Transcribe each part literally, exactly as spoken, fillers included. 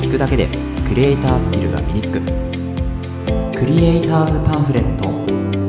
聞くだけでクリエイタースキルが身につくクリエイターズパンフレット。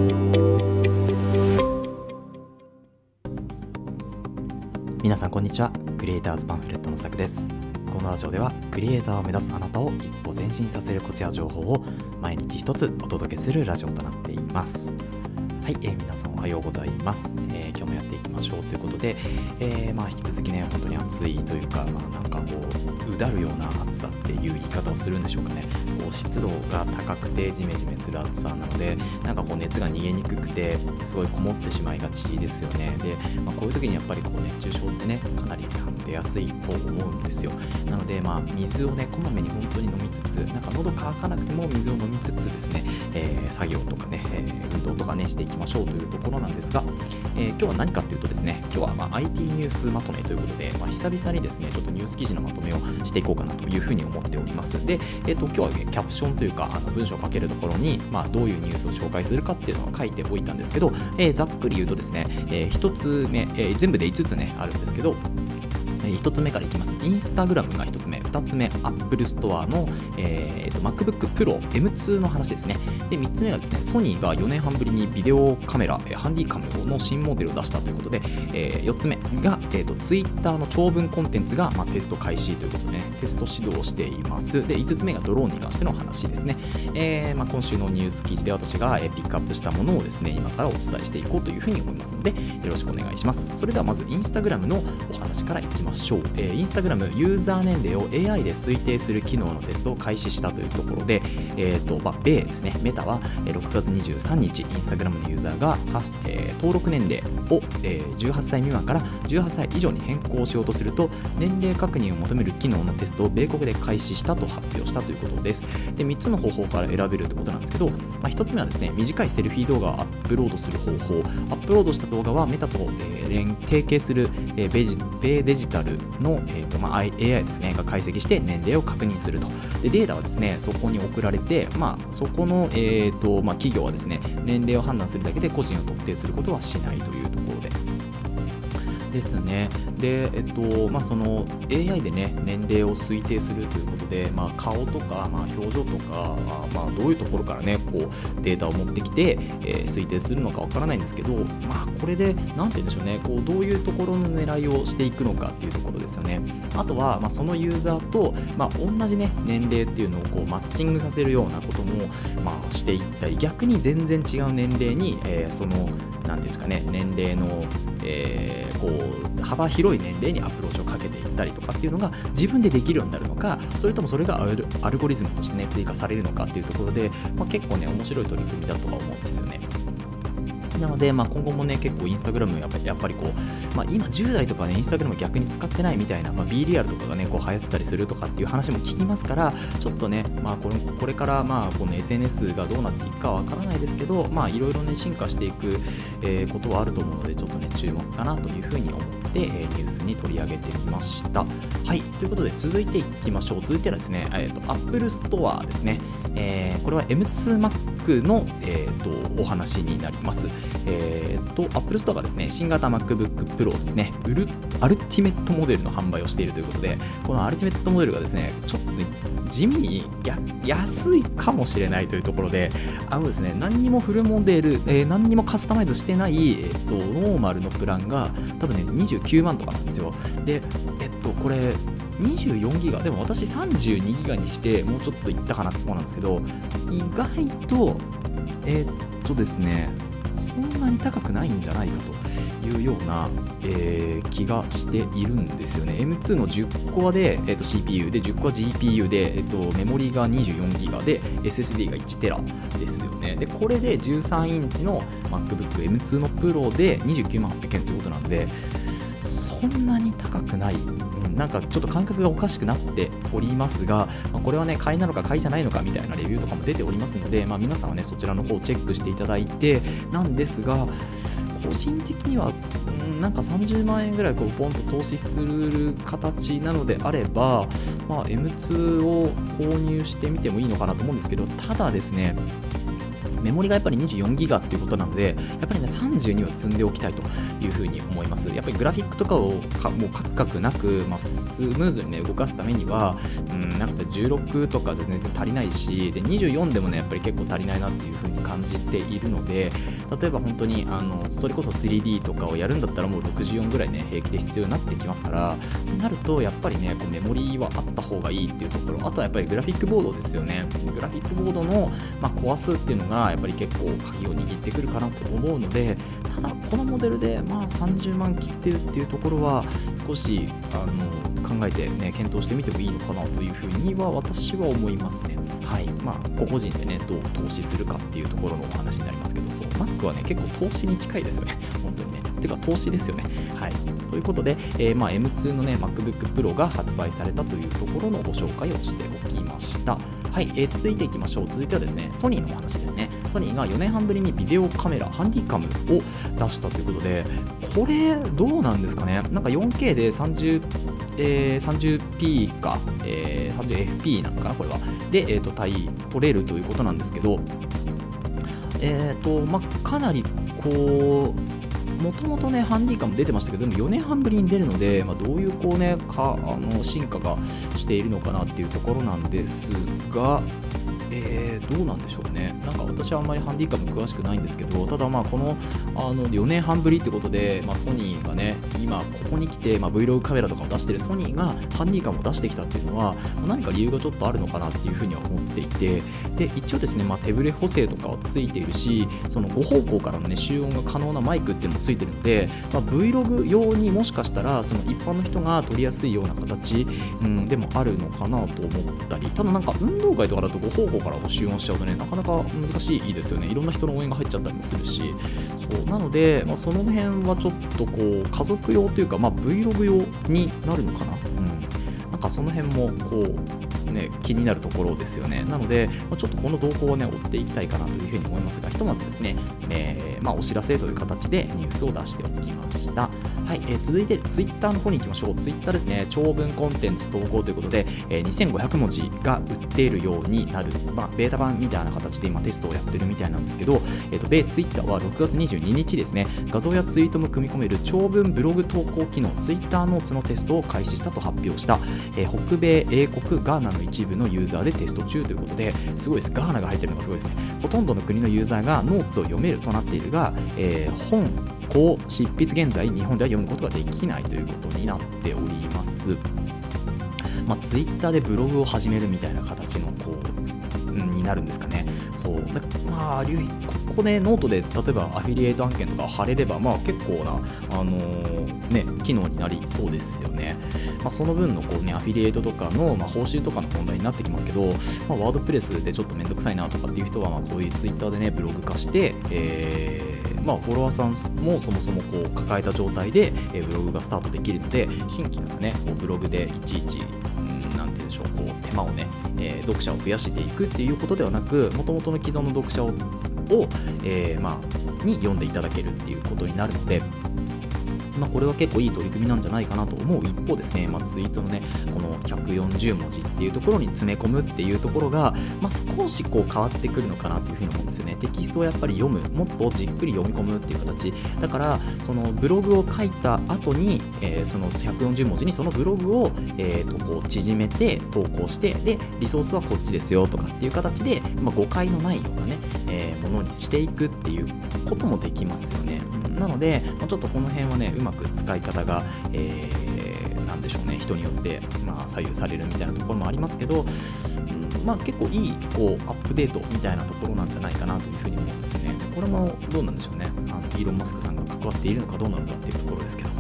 皆さんこんにちは。クリエイターズパンフレットのさくです。このラジオではクリエイターを目指すあなたを一歩前進させるコツや情報を毎日一つお届けするラジオとなっています。はい、えー、皆さんおはようございます。えー、今日もやっていきましょうということで、えー、まあ引き続きね本当に暑いというか、まあ、なんかこううだるような暑さっていう言い方をするんでしょうかね。こう湿度が高くてジメジメする暑さなので、なんかこう熱が逃げにくくてすごいこもってしまいがちですよね。で、まあ、こういう時にやっぱりこう熱中症ってねかなり出やすいと思うんですよ。なのでまあ水をねこまめに本当に飲みつつ、なんか喉乾かなくても水を飲みつつですね、えー、作業とかね、えー、運動とかねしていきましょうというところなんですが、えー、今日は何かっていうとですね、今日はまあ アイティー ニュースまとめということで、まあ、久々にですねちょっとニュース記事のまとめをしていこうかなというふうに思っております。で、えー、と今日は、ね、キャプションというかあの文章を書けるところに、まあ、どういうニュースを紹介するかっていうのを書いておいたんですけど、えー、ざっくり言うとですね、えー、ひとつめ、えー、全部でいつつねあるんですけど、ひとつめからいきます。インスタグラムがひとつめ、ふたつめ、Apple Store の、えー、と MacBook Pro エムツー の話ですね。で、みっつめがですね、ソニーがよねんはんぶりにビデオカメラ、ハンディカムの新モデルを出したということで、えー、よっつめが、えー、と Twitter の長文コンテンツが、まあ、テスト開始ということでね、テスト指導をしています。で、いつつめがドローンに関しての話ですね。えーまあ、今週のニュース記事で私が、えー、ピックアップしたものをですね、今からお伝えしていこうというふうに思いますので、よろしくお願いします。それではまずインスタグラムのお話からいきましょう。えー、インスタグラムユーザー年齢を エーアイ で推定する機能のテストを開始したというところで、えーとまあ、米ですね、メタはろくがつにじゅうさんにち、インスタグラムのユーザーが、えー、登録年齢を、えー、じゅうはっさい未満からじゅうはっさい以上に変更しようとすると、年齢確認を求める機能のテストを米国で開始したと発表したということです。で、みっつの方法から選べるということなんですけど、まあ、ひとつめはですね、短いセルフィー動画をアップロードする方法。アップロードした動画はメタと、えー、連提携する、えー、ベジ米デジタルの、えーとまあ、エーアイ ですねが解析して年齢を確認すると。で、データはですねそこに送られて、まあ、そこの、えーとまあ、企業はですね年齢を判断するだけで個人を特定することはしないというところでですね。で、えっとまあ、その エーアイ でね年齢を推定するということで、まあ、顔とか、まあ、表情とか、まあ、どういうところからねこうデータを持ってきて、えー、推定するのかわからないんですけど、まあ、これでなんて言うんでしょうね、こうどういうところの狙いをしていくのかっていうところですよね。あとは、まあ、そのユーザーと、まあ、同じね年齢っていうのをこうマッチングさせるようなことも、まあ、していったり、逆に全然違う年齢に、えー、そのなんていうんですかね、年齢の、えー、こう幅広い年齢にアプローチをかけていったりとかっていうのが自分でできるようになるのか、それともそれがアル、アルゴリズムとしてね追加されるのかっていうところで、まあ、結構ね面白い取り組みだとは思うんですよね。なので、まあ、今後もね結構インスタグラムやっぱりやっぱりこう、まあ、今じゅう代とかねインスタグラム逆に使ってないみたいな、まあ、B リアルとかがねこう流行ってたりするとかっていう話も聞きますから、ちょっとね、まあ、これこれからまあこの エスエヌエス がどうなっていくかはわからないですけど、まあいろいろね進化していく、えー、ことはあると思うので、ちょっとね注目かなというふうに思って、えー、ニュースに取り上げてみました。はい、ということで続いていきましょう。続いてはですね、えーと、Apple Store ですね。えー、これは エムツー Mac の、えー、とお話になります。えー、と Apple Store がですね新型 MacBook Pro ですねウルアルティメットモデルの販売をしているということで、このアルティメットモデルがですねちょっとね地味にや安いかもしれないというところで、あのですね何にもフルモデル、えー、何にもカスタマイズしてない、えー、とノーマルのプランが多分ねにじゅうきゅうまんとかなんですよ。で、えっとこれにじゅうよんギガでも私さんじゅうにギガにしてもうちょっといったかなってそうなんですけど、意外とえー、っとですねそんなに高くないんじゃないかというような、えー、気がしているんですよね。 エムツー のじゅっコアで、えー、と シーピーユー でじゅっコア ジーピーユー で、えー、とメモリがにじゅうよんギガで エスエスディー がいちテラですよね。でこれでじゅうさんインチの MacBook エムツー の Pro でにじゅうきゅうまんはっぴゃくえんということなんで、そんなに高くない、うん、なんかちょっと感覚がおかしくなっておりますが、まあ、これはね買いなのか買いじゃないのかみたいなレビューとかも出ておりますので、まあ、皆さんはねそちらの方をチェックしていただいてなんですが、個人的には、うん、なんかさんじゅうまんえんぐらいこうポンと投資する形なのであれば、まあ、エムツー を購入してみてもいいのかなと思うんですけど、ただですねメモリがやっぱりにじゅうよんギガっていうことなので、やっぱりねさんじゅうには積んでおきたいというふうに思います。やっぱりグラフィックとかをかもうカクカクなく、まあ、スムーズにね動かすためには、うん、なんかじゅうろくとかで全然足りないし、でにじゅうよんでもねやっぱり結構足りないなっていうふうに感じているので、例えば本当にあのそれこそ スリーディー とかをやるんだったらもうろくじゅうよんぐらいね平気で必要になってきますから、になるとやっぱりねこうメモリはあった方がいいっていうところ、あとはやっぱりグラフィックボードですよね。グラフィックボードの、まあ、コア数っていうのがやっぱり結構鍵を握ってくるかなと思うので、ただこのモデルでまあさんじゅうまん切ってるっていうところは少しあの考えてね検討してみてもいいのかなというふうには私は思いますね。はい、まあ個々人でねどう投資するかっていうところのお話になりますけど、そう Mac はね結構投資に近いですよね本当にね。てか投資ですよね。はい、ということで、えー、まあ エムツー のね MacBook Pro が発売されたというところのご紹介をしておきました。はい、えー、続いていきましょう。続いてはですね、ソニーのお話ですね。ソニーがよねんはんぶりにビデオカメラハンディカムを出したということで、これどうなんですかね。なんか よんケー で30、えー、さんじゅうピー か、えー、さんじゅうエフピー なのかなこれはで、えー、と対撮れるということなんですけど、えーとまあ、かなりこうもともとねハンディカム出てましたけど、でもよねんはんぶりに出るので、まあ、どういうこうねかあの進化がしているのかなっていうところなんですが、えー、どうなんでしょうね。なんか私はあんまりハンディカム詳しくないんですけど、ただまあこの、あのよねんはんぶりってことで、まあ、ソニーがね今ここに来て、まあ、Vlog カメラとかを出してるソニーがハンディカムを出してきたっていうのは、まあ、何か理由がちょっとあるのかなっていうふうには思っていて、で一応ですね、まあ、手ブレ補正とかはついているし、そのご方向からのね集音が可能なマイクっていうのもついてるので、まあ、Vlog 用にもしかしたらその一般の人が撮りやすいような形、うん、でもあるのかなと思ったり、ただなんか運動会とかだとご方向から集音しちゃうとねなかなか難しいですよね。いろんな人の応援が入っちゃったりもするし、そうなので、まあ、その辺はちょっとこう家族用というか、まあ、Vlog 用になるのかな、うん、なんかその辺もこうね気になるところですよね。なので、まあ、ちょっとこの動向をね追っていきたいかなというふうに思いますが、ひとまずですね、えーまあ、お知らせという形でニュースを出しておきました。はい、えー、続いて Twitter の方に行きましょう。Twitter ですね、長文コンテンツ投稿ということで、えー、にせんごひゃくもじが売っているようになる、まあ、ベータ版みたいな形で今テストをやってるみたいなんですけど、えー、と米 Twitter はろくがつにじゅうににちですね、画像やツイートも組み込める長文ブログ投稿機能 Twitter ノーツのテストを開始したと発表した、えー、北米、英国、ガーナの一部のユーザーでテスト中ということで、すごいです。ガーナが入ってるのがすごいですね。ほとんどの国のユーザーがノーツを読めるとなっているが、えー、本を執筆現在日本では読むことができないということになっております。まあ、ツイッターでブログを始めるみたいな形のこう、うん、になるんですかね。そうだからまあここでノートで例えばアフィリエイト案件とか貼れれば、まあ結構なあのー、ね機能になりそうですよね。まあ、その分のこうねアフィリエイトとかの、まあ、報酬とかの問題になってきますけど、まあ、ワードプレスでちょっとめんどくさいなとかっていう人は、まあこういうツイッターでねブログ化して、えー、まあフォロワーさんもそもそもこう抱えた状態で、えー、ブログがスタートできるので、新規からねこうブログでいちいちなんていうんでしょう、こう手間をね、えー、読者を増やしていくっていうことではなく、元々の既存の読者を、をえー、まあに読んでいただけるっていうことになるので、まあ、これは結構いい取り組みなんじゃないかなと思う一方ですね、まあ、ツイートのねこのひゃくよんじゅうもじっていうところに詰め込むっていうところが、まあ、少しこう変わってくるのかなというふうに思うんですよね。テキストをやっぱり読む、もっとじっくり読み込むっていう形だから、そのブログを書いた後に、えー、そのひゃくよんじゅうもじにそのブログを、えー、とこう縮めて投稿して、でリソースはこっちですよとかっていう形で、まあ、誤解のないようなね、えー、ものにしていくっていうこともできますよね。なので、まあ、ちょっとこの辺はねうまく使い方が、えー、なんでしょうね、人によって、まあ、左右されるみたいなところもありますけど、うん、まあ結構いいこうアップデートみたいなところなんじゃないかなというふうに思うんですね。これもどうなんでしょうね、あのイーロン・マスクさんが関わっているのかどうなのかっていうところですけど、はい、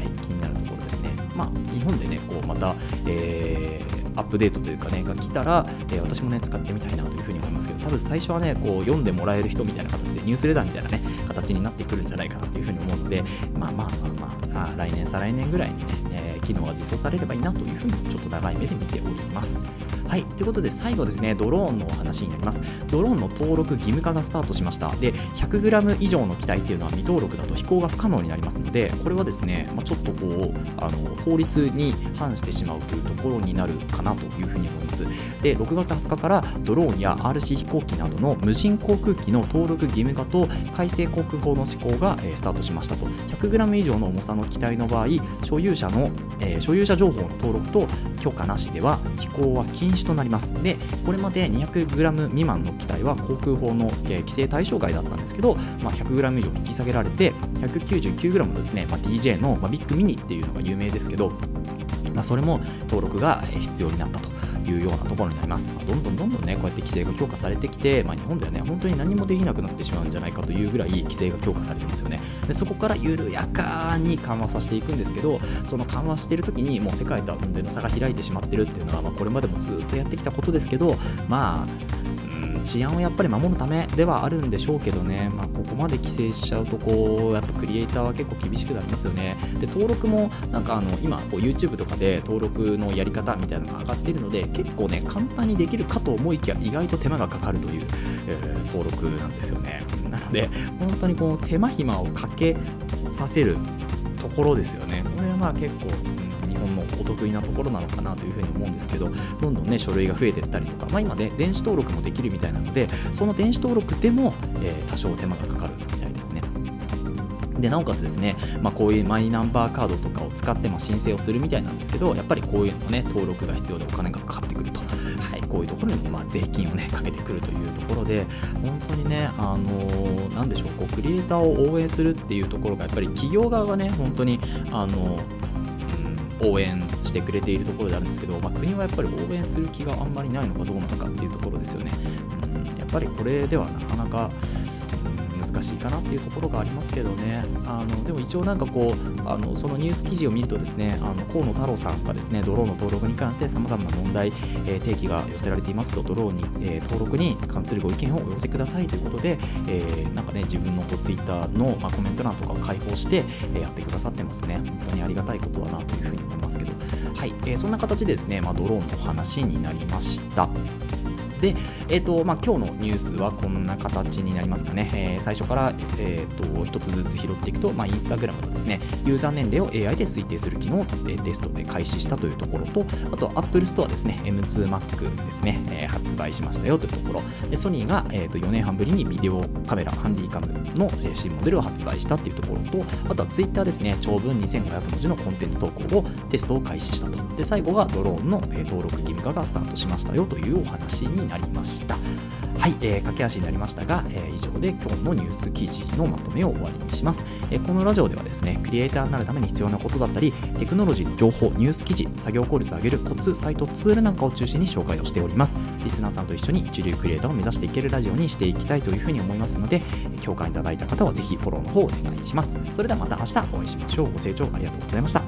気になるところですね。まあ日本でねこうまた、えーアップデートというかねが来たら、えー、私もね使ってみたいなというふうに思いますけど、多分最初はねこう読んでもらえる人みたいな形でニュースレターみたいなね形になってくるんじゃないかなというふうに思うので、まあまあまあまあ、あ来年再来年ぐらいにね、えー、 機能が実装されればいいなというふうにちょっと長い目で見ております。はい、ということで最後ですね、ドローンのお話になります。ドローンの登録義務化がスタートしました。で、ひゃくグラム 以上の機体っていうのは未登録だと飛行が不可能になりますので、これはですね、まあ、ちょっとこうあの法律に反してしまうというところになるかなというふうに思います。で、ろくがつはつかからドローンや アールシー 飛行機などの無人航空機の登録義務化と改正航空法の施行が、えー、スタートしましたと。ひゃくグラム 以上の重さの機体の場合、所有者の、えー、所有者情報の登録と許可なしでは飛行は禁止となります。で、これまで にひゃくグラム 未満の機体は航空法の、えー、規制対象外だったんですけど、まあ、ひゃくグラム 以上引き下げられて ひゃくきゅうじゅうきゅうグラム のですね、まあ、ディージェー の、まあ、ビッグミニっていうのが有名ですけど、まあ、それも登録が必要になったというようなところになります。まあ、どんどんどんどんね、こうやって規制が強化されてきて、まあ、日本ではね、本当に何もできなくなってしまうんじゃないかというぐらい規制が強化されてますよね。で、そこから緩やかに緩和させていくんですけど、その緩和している時にもう世界とは運命の差が開いてしまってるっていうのは、まあ、これまでもずっとやってきたことですけど、まあ治安をやっぱり守るためではあるんでしょうけどね、まあ、ここまで規制しちゃうとこうやっぱクリエイターは結構厳しくなりますよね。で、登録もなんかあの今こう YouTube とかで登録のやり方みたいなのが上がっているので、結構ね簡単にできるかと思いきや意外と手間がかかるという、えー、登録なんですよね。なので本当にこう手間暇をかけさせるところですよね。これはまあ結構日本のお得意なところなのかなというふうに思うんですけど、どんどんね書類が増えていったりとか、まあ、今ね電子登録もできるみたいなので、その電子登録でも、えー、多少手間がかかるみたいですね。で、なおかつですね、まあ、こういうマイナンバーカードとかを使ってまあ申請をするみたいなんですけど、やっぱりこういうのもね登録が必要でお金がかかってくると、はい、こういうところにもまあ税金をねかけてくるというところで、本当にね、あのー、なんでしょう、こうクリエイターを応援するっていうところがやっぱり企業側がね本当にあのー応援してくれているところであるんですけど、まあ、国はやっぱり応援する気があんまりないのかどうなのかっていうところですよね。うん、やっぱりこれではなかなか難しいかなっていうところがありますけどね。あのでも一応なんかこうあのそのニュース記事を見るとですね、あの河野太郎さんがですねドローンの登録に関してさまざまな問題、えー、提起が寄せられていますと、ドローンに、えー、登録に関するご意見をお寄せくださいということで、えー、なんかね自分のこうツイッターの、まあ、コメント欄とかを開放して、えー、やってくださってますね。本当にありがたいことだなというふうに思いますけど、はい、えー、そんな形でですね、まあ、ドローンの話になりました。で、えーとまあ、今日のニュースはこんな形になりますかね。えー、最初から、えー、と一つずつ拾っていくと、まあ、インスタグラムのですねユーザー年齢を エーアイ で推定する機能を、えー、テストで開始したというところと、あと Apple Store ですね エムツーマック ですね、えー、発売しましたよというところで、ソニーが、えー、とよねんはんぶりにビデオカメラハンディカムの新モデルを発売したというところと、あとは Twitter ですね長文にせんごひゃくもじのコンテンツ投稿をテストを開始したと。で、最後がドローンの、えー、登録義務化がスタートしましたよというお話になりました。はい、えー、駆け足になりましたが、えー、以上で今日のニュース記事のまとめを終わりにします。えー、このラジオではですねクリエイターになるために必要なことだったり、テクノロジーの情報、ニュース記事、作業効率を上げるコツ、サイト、ツールなんかを中心に紹介をしております。リスナーさんと一緒に一流クリエイターを目指していけるラジオにしていきたいというふうに思いますので、共感いただいた方はぜひフォローの方をお願いします。それではまた明日お会いしましょう。ご清聴ありがとうございました。